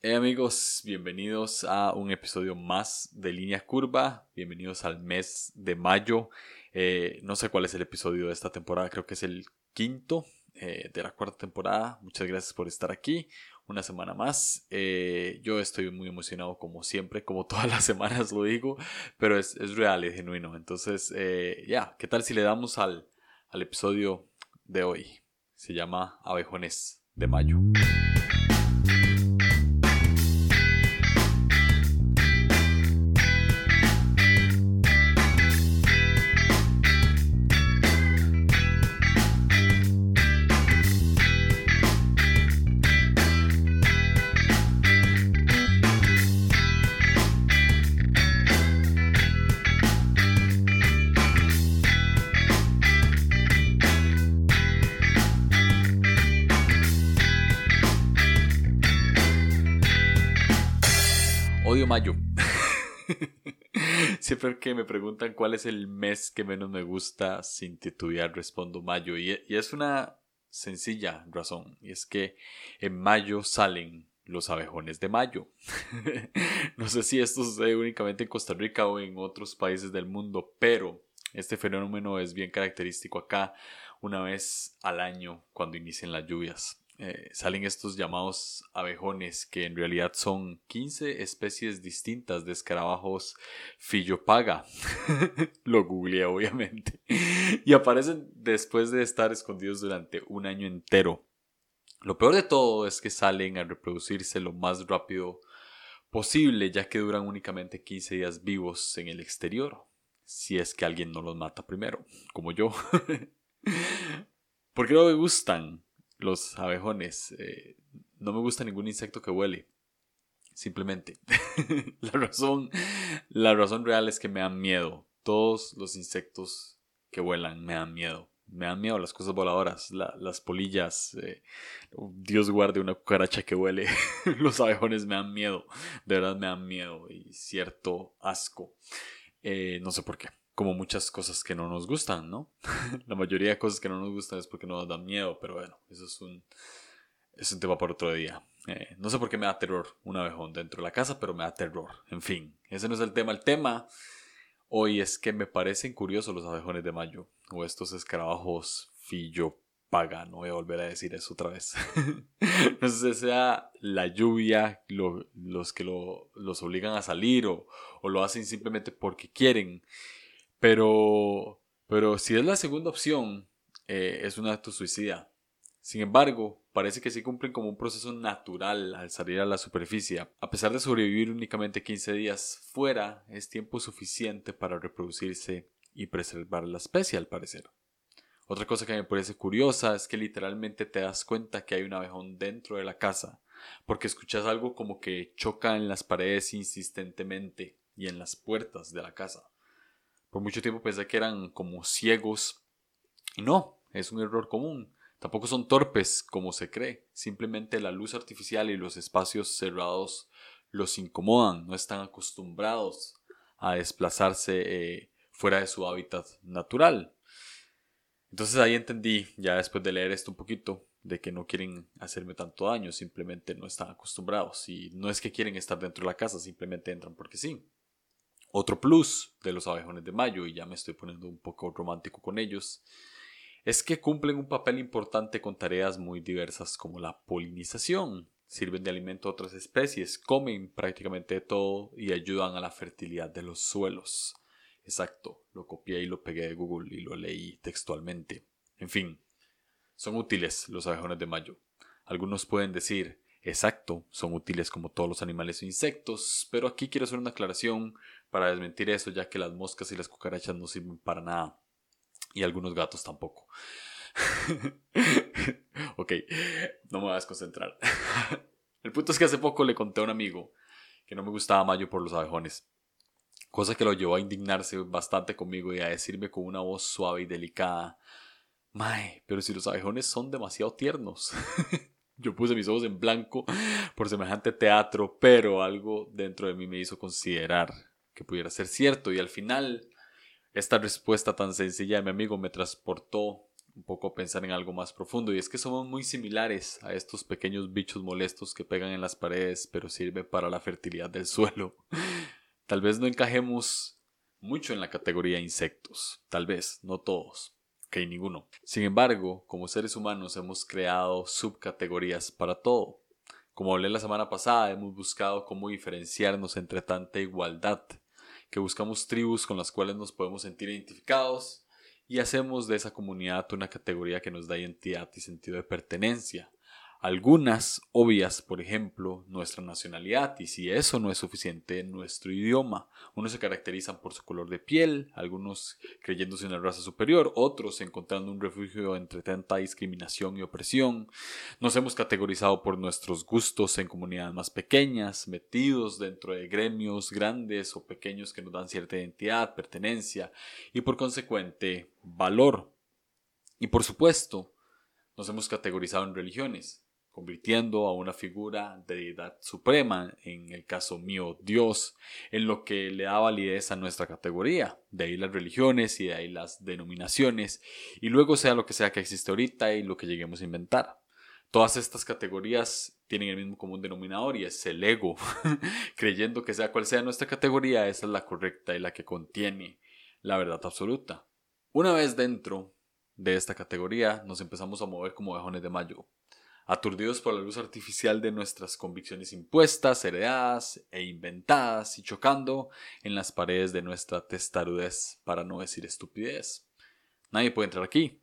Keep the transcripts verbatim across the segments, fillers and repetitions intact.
Hey amigos, bienvenidos a un episodio más de Línea Curva, bienvenidos al mes de mayo. Eh, no sé cuál es el episodio de esta temporada, creo que es el quinto eh, de la cuarta temporada. Muchas gracias por estar aquí una semana más. Eh, yo estoy muy emocionado como siempre, como todas las semanas lo digo, pero es, es real, es genuino. Entonces, eh, ya, ¿qué tal si le damos al, al episodio de hoy? Se llama Abejones de Mayo. Odio mayo. Siempre que me preguntan cuál es el mes que menos me gusta, sin titubear respondo mayo. Y, y es una sencilla razón. Y es que en mayo salen los abejones de mayo. No sé si esto sucede únicamente en Costa Rica o en otros países del mundo, pero este fenómeno es bien característico acá una vez al año cuando inician las lluvias. Eh, salen estos llamados abejones que en realidad son quince especies distintas de escarabajos Fillopaga. Lo googleé obviamente. Y aparecen después de estar escondidos durante un año entero. Lo peor de todo es que salen a reproducirse lo más rápido posible, ya que duran únicamente quince días vivos en el exterior. Si es que alguien no los mata primero, como yo. ¿Por qué no me gustan los abejones? Eh, no me gusta ningún insecto que huele. Simplemente. la razón, la razón real es que me dan miedo. Todos los insectos que vuelan me dan miedo. Me dan miedo las cosas voladoras, la, las polillas. Eh, Dios guarde una cucaracha que huele. Los abejones me dan miedo. De verdad me dan miedo y cierto asco. Eh, no sé por qué. Como muchas cosas que no nos gustan, ¿no? La mayoría de cosas que no nos gustan es porque nos dan miedo, pero bueno, eso es un, es un tema para otro día. Eh, no sé por qué me da terror un abejón dentro de la casa, pero me da terror. En fin, ese no es el tema. El tema hoy es que me parecen curiosos los abejones de mayo, o estos escarabajos Fillopaga. No voy a volver a decir eso otra vez. No sé si sea la lluvia lo, los que lo, los obligan a salir o, o lo hacen simplemente porque quieren. Pero, pero si es la segunda opción, eh, es un acto suicida. Sin embargo, parece que sí cumplen como un proceso natural al salir a la superficie. A pesar de sobrevivir únicamente quince días fuera, es tiempo suficiente para reproducirse y preservar la especie, al parecer. Otra cosa que me parece curiosa es que literalmente te das cuenta que hay un abejón dentro de la casa, porque escuchas algo como que choca en las paredes insistentemente y en las puertas de la casa. Por mucho tiempo pensé que eran como ciegos y no, es un error común. Tampoco son torpes como se cree, simplemente la luz artificial y los espacios cerrados los incomodan, no están acostumbrados a desplazarse eh, fuera de su hábitat natural. Entonces ahí entendí, ya después de leer esto un poquito, de que no quieren hacerme tanto daño, simplemente no están acostumbrados y no es que quieren estar dentro de la casa, simplemente entran porque sí. Otro plus de los abejones de mayo, y ya me estoy poniendo un poco romántico con ellos, es que cumplen un papel importante con tareas muy diversas como la polinización. Sirven de alimento a otras especies, comen prácticamente todo y ayudan a la fertilidad de los suelos. Exacto, lo copié y lo pegué de Google y lo leí textualmente. En fin, son útiles los abejones de mayo. Algunos pueden decir, exacto, son útiles como todos los animales o insectos, pero aquí quiero hacer una aclaración para desmentir eso, ya que las moscas y las cucarachas no sirven para nada. Y algunos gatos tampoco. Ok, no me voy a desconcentrar. El punto es que hace poco le conté a un amigo que no me gustaba mayo por los abejones. Cosa que lo llevó a indignarse bastante conmigo y a decirme con una voz suave y delicada: Mae, pero si los abejones son demasiado tiernos. Yo puse mis ojos en blanco por semejante teatro, pero algo dentro de mí me hizo considerar que pudiera ser cierto y al final esta respuesta tan sencilla de mi amigo me transportó un poco a pensar en algo más profundo, y es que somos muy similares a estos pequeños bichos molestos que pegan en las paredes pero sirven para la fertilidad del suelo. Tal vez no encajemos mucho en la categoría insectos, tal vez, no todos, ok, ninguno. Sin embargo, como seres humanos hemos creado subcategorías para todo. Como hablé la semana pasada, hemos buscado cómo diferenciarnos entre tanta igualdad, que buscamos tribus con las cuales nos podemos sentir identificados y hacemos de esa comunidad una categoría que nos da identidad y sentido de pertenencia. Algunas obvias, por ejemplo, nuestra nacionalidad, y si eso no es suficiente, nuestro idioma. Unos se caracterizan por su color de piel, algunos creyéndose una raza superior, otros encontrando un refugio entre tanta discriminación y opresión. Nos hemos categorizado por nuestros gustos en comunidades más pequeñas, metidos dentro de gremios grandes o pequeños que nos dan cierta identidad, pertenencia y por consecuente valor. Y por supuesto, nos hemos categorizado en religiones, convirtiendo a una figura de deidad suprema, en el caso mío Dios, en lo que le da validez a nuestra categoría. De ahí las religiones y de ahí las denominaciones, y luego sea lo que sea que existe ahorita y lo que lleguemos a inventar. Todas estas categorías tienen el mismo común denominador y es el ego, creyendo que sea cual sea nuestra categoría, esa es la correcta y la que contiene la verdad absoluta. Una vez dentro de esta categoría, nos empezamos a mover como ovejones de mayo, aturdidos por la luz artificial de nuestras convicciones impuestas, heredadas e inventadas, y chocando en las paredes de nuestra testarudez, para no decir estupidez. Nadie puede entrar aquí,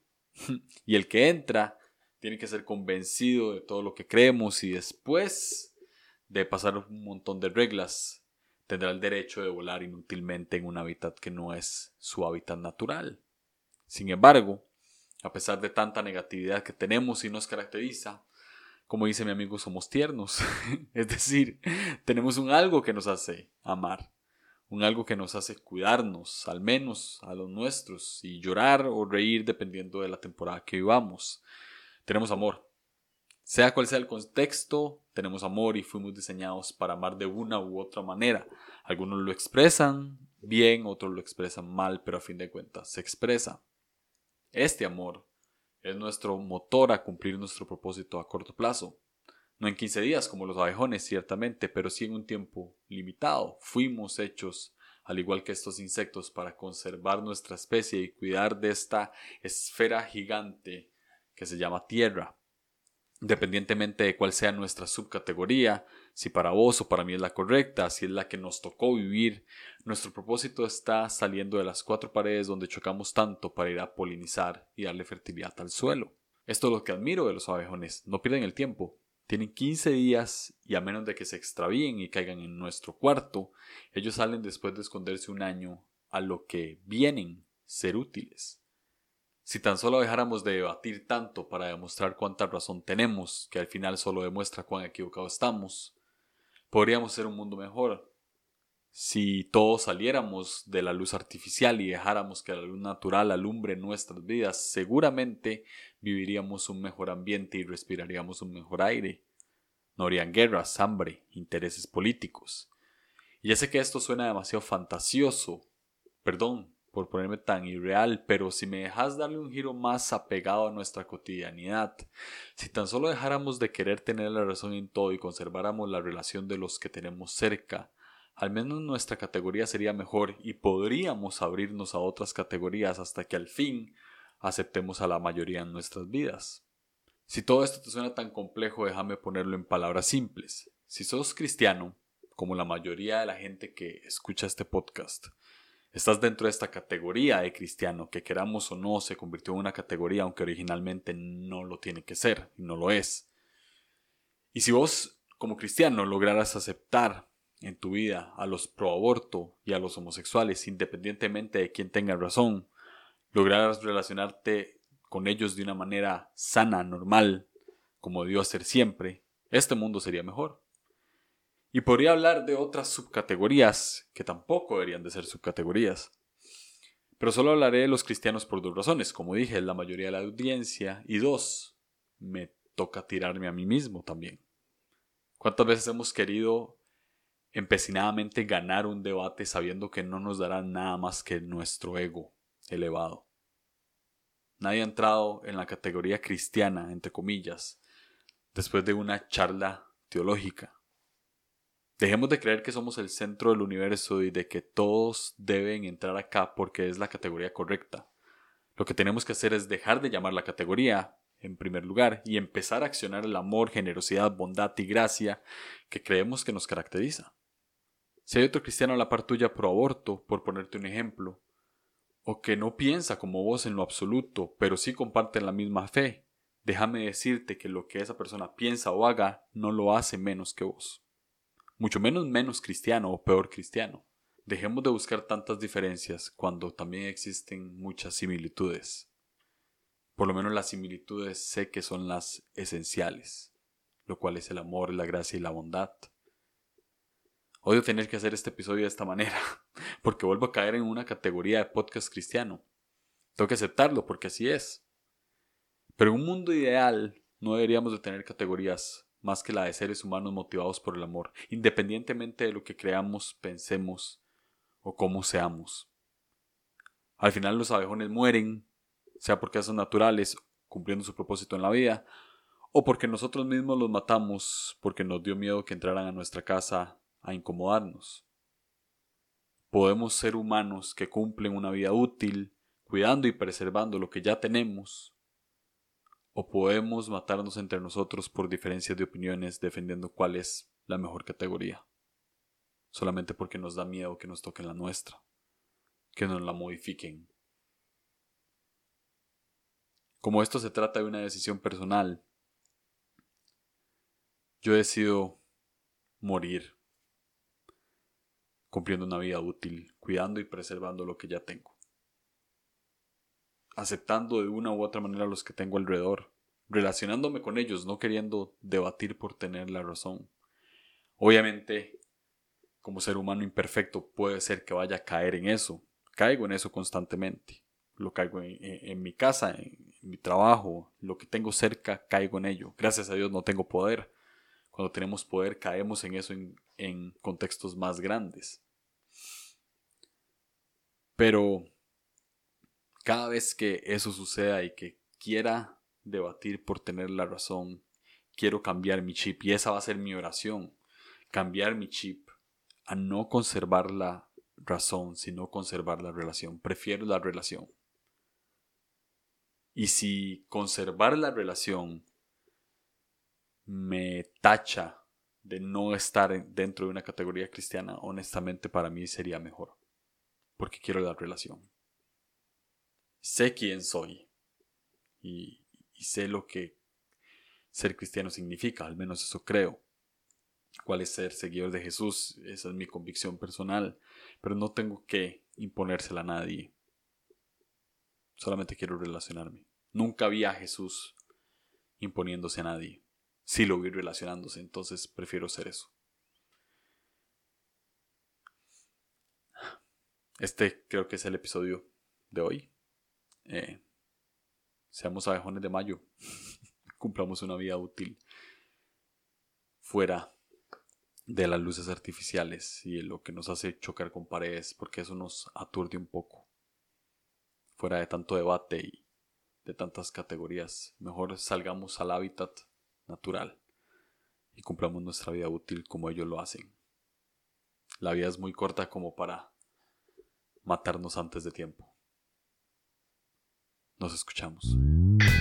y el que entra tiene que ser convencido de todo lo que creemos, y después de pasar un montón de reglas, tendrá el derecho de volar inútilmente en un hábitat que no es su hábitat natural. Sin embargo, a pesar de tanta negatividad que tenemos y nos caracteriza, como dice mi amigo, somos tiernos. Es decir, tenemos un algo que nos hace amar, un algo que nos hace cuidarnos, al menos a los nuestros, y llorar o reír dependiendo de la temporada que vivamos. Tenemos amor. Sea cual sea el contexto, tenemos amor y fuimos diseñados para amar de una u otra manera. Algunos lo expresan bien, otros lo expresan mal, pero a fin de cuentas se expresa. Este amor es nuestro motor a cumplir nuestro propósito a corto plazo. No en quince días como los abejones, ciertamente, pero sí en un tiempo limitado. Fuimos hechos, al igual que estos insectos, para conservar nuestra especie y cuidar de esta esfera gigante que se llama Tierra. Independientemente de cuál sea nuestra subcategoría, si para vos o para mí es la correcta, si es la que nos tocó vivir, nuestro propósito está saliendo de las cuatro paredes donde chocamos tanto para ir a polinizar y darle fertilidad al suelo. Esto es lo que admiro de los abejones, no pierden el tiempo. Tienen quince días y a menos de que se extravíen y caigan en nuestro cuarto, ellos salen después de esconderse un año a lo que vienen ser útiles. Si tan solo dejáramos de debatir tanto para demostrar cuánta razón tenemos, que al final solo demuestra cuán equivocados estamos, podríamos ser un mundo mejor. Si todos saliéramos de la luz artificial y dejáramos que la luz natural alumbre nuestras vidas, seguramente viviríamos un mejor ambiente y respiraríamos un mejor aire. No habrían guerras, hambre, intereses políticos. Y ya sé que esto suena demasiado fantasioso, perdón por ponerme tan irreal, pero si me dejas darle un giro más apegado a nuestra cotidianidad, si tan solo dejáramos de querer tener la razón en todo y conserváramos la relación de los que tenemos cerca, al menos nuestra categoría sería mejor y podríamos abrirnos a otras categorías hasta que al fin aceptemos a la mayoría en nuestras vidas. Si todo esto te suena tan complejo, déjame ponerlo en palabras simples. Si sos cristiano, como la mayoría de la gente que escucha este podcast, estás dentro de esta categoría de cristiano que, queramos o no, se convirtió en una categoría aunque originalmente no lo tiene que ser y no lo es. Y si vos como cristiano lograras aceptar en tu vida a los pro aborto y a los homosexuales independientemente de quién tenga razón, lograras relacionarte con ellos de una manera sana, normal, como debió ser siempre, este mundo sería mejor. Y podría hablar de otras subcategorías que tampoco deberían de ser subcategorías. Pero solo hablaré de los cristianos por dos razones. Como dije, es la mayoría de la audiencia. Y dos, me toca tirarme a mí mismo también. ¿Cuántas veces hemos querido empecinadamente ganar un debate sabiendo que no nos dará nada más que nuestro ego elevado? Nadie ha entrado en la categoría cristiana, entre comillas, después de una charla teológica. Dejemos de creer que somos el centro del universo y de que todos deben entrar acá porque es la categoría correcta. Lo que tenemos que hacer es dejar de llamar la categoría en primer lugar y empezar a accionar el amor, generosidad, bondad y gracia que creemos que nos caracteriza. Si hay otro cristiano a la par tuya pro aborto, por ponerte un ejemplo, o que no piensa como vos en lo absoluto, pero sí comparte la misma fe, déjame decirte que lo que esa persona piensa o haga no lo hace menos que vos. Mucho menos menos cristiano o peor cristiano. Dejemos de buscar tantas diferencias cuando también existen muchas similitudes. Por lo menos las similitudes sé que son las esenciales, lo cual es el amor, la gracia y la bondad. Odio tener que hacer este episodio de esta manera, porque vuelvo a caer en una categoría de podcast cristiano. Tengo que aceptarlo porque así es. Pero en un mundo ideal no deberíamos de tener categorías más que la de seres humanos motivados por el amor, independientemente de lo que creamos, pensemos o cómo seamos. Al final los abejones mueren, sea porque son naturales, cumpliendo su propósito en la vida, o porque nosotros mismos los matamos porque nos dio miedo que entraran a nuestra casa a incomodarnos. Podemos ser humanos que cumplen una vida útil, cuidando y preservando lo que ya tenemos, o podemos matarnos entre nosotros por diferencias de opiniones defendiendo cuál es la mejor categoría, solamente porque nos da miedo que nos toquen la nuestra, que nos la modifiquen. Como esto se trata de una decisión personal, yo decido morir cumpliendo una vida útil, cuidando y preservando lo que ya tengo. Aceptando de una u otra manera a los que tengo alrededor, relacionándome con ellos, no queriendo debatir por tener la razón. Obviamente, como ser humano imperfecto, puede ser que vaya a caer en eso. Caigo en eso constantemente. Lo caigo en, en, en mi casa, en, en mi trabajo, lo que tengo cerca, caigo en ello. Gracias a Dios no tengo poder. Cuando tenemos poder, caemos en eso en, en contextos más grandes. Pero cada vez que eso suceda y que quiera debatir por tener la razón, quiero cambiar mi chip y esa va a ser mi oración. Cambiar mi chip a no conservar la razón, sino conservar la relación. Prefiero la relación. Y si conservar la relación me tacha de no estar dentro de una categoría cristiana, honestamente para mí sería mejor. Porque quiero la relación. Sé quién soy. Y, y sé lo que ser cristiano significa, al menos eso creo. Cuál es ser seguidor de Jesús, esa es mi convicción personal. Pero no tengo que imponérsela a nadie. Solamente quiero relacionarme. Nunca vi a Jesús imponiéndose a nadie. Sí lo vi relacionándose, entonces prefiero ser eso. Este creo que es el episodio de hoy. Eh, seamos abejones de mayo. Cumplamos una vida útil fuera de las luces artificiales y lo que nos hace chocar con paredes, porque eso nos aturde un poco. Fuera de tanto debate y de tantas categorías, mejor salgamos al hábitat natural y cumplamos nuestra vida útil como ellos lo hacen. La vida es muy corta como para matarnos antes de tiempo. Nos escuchamos.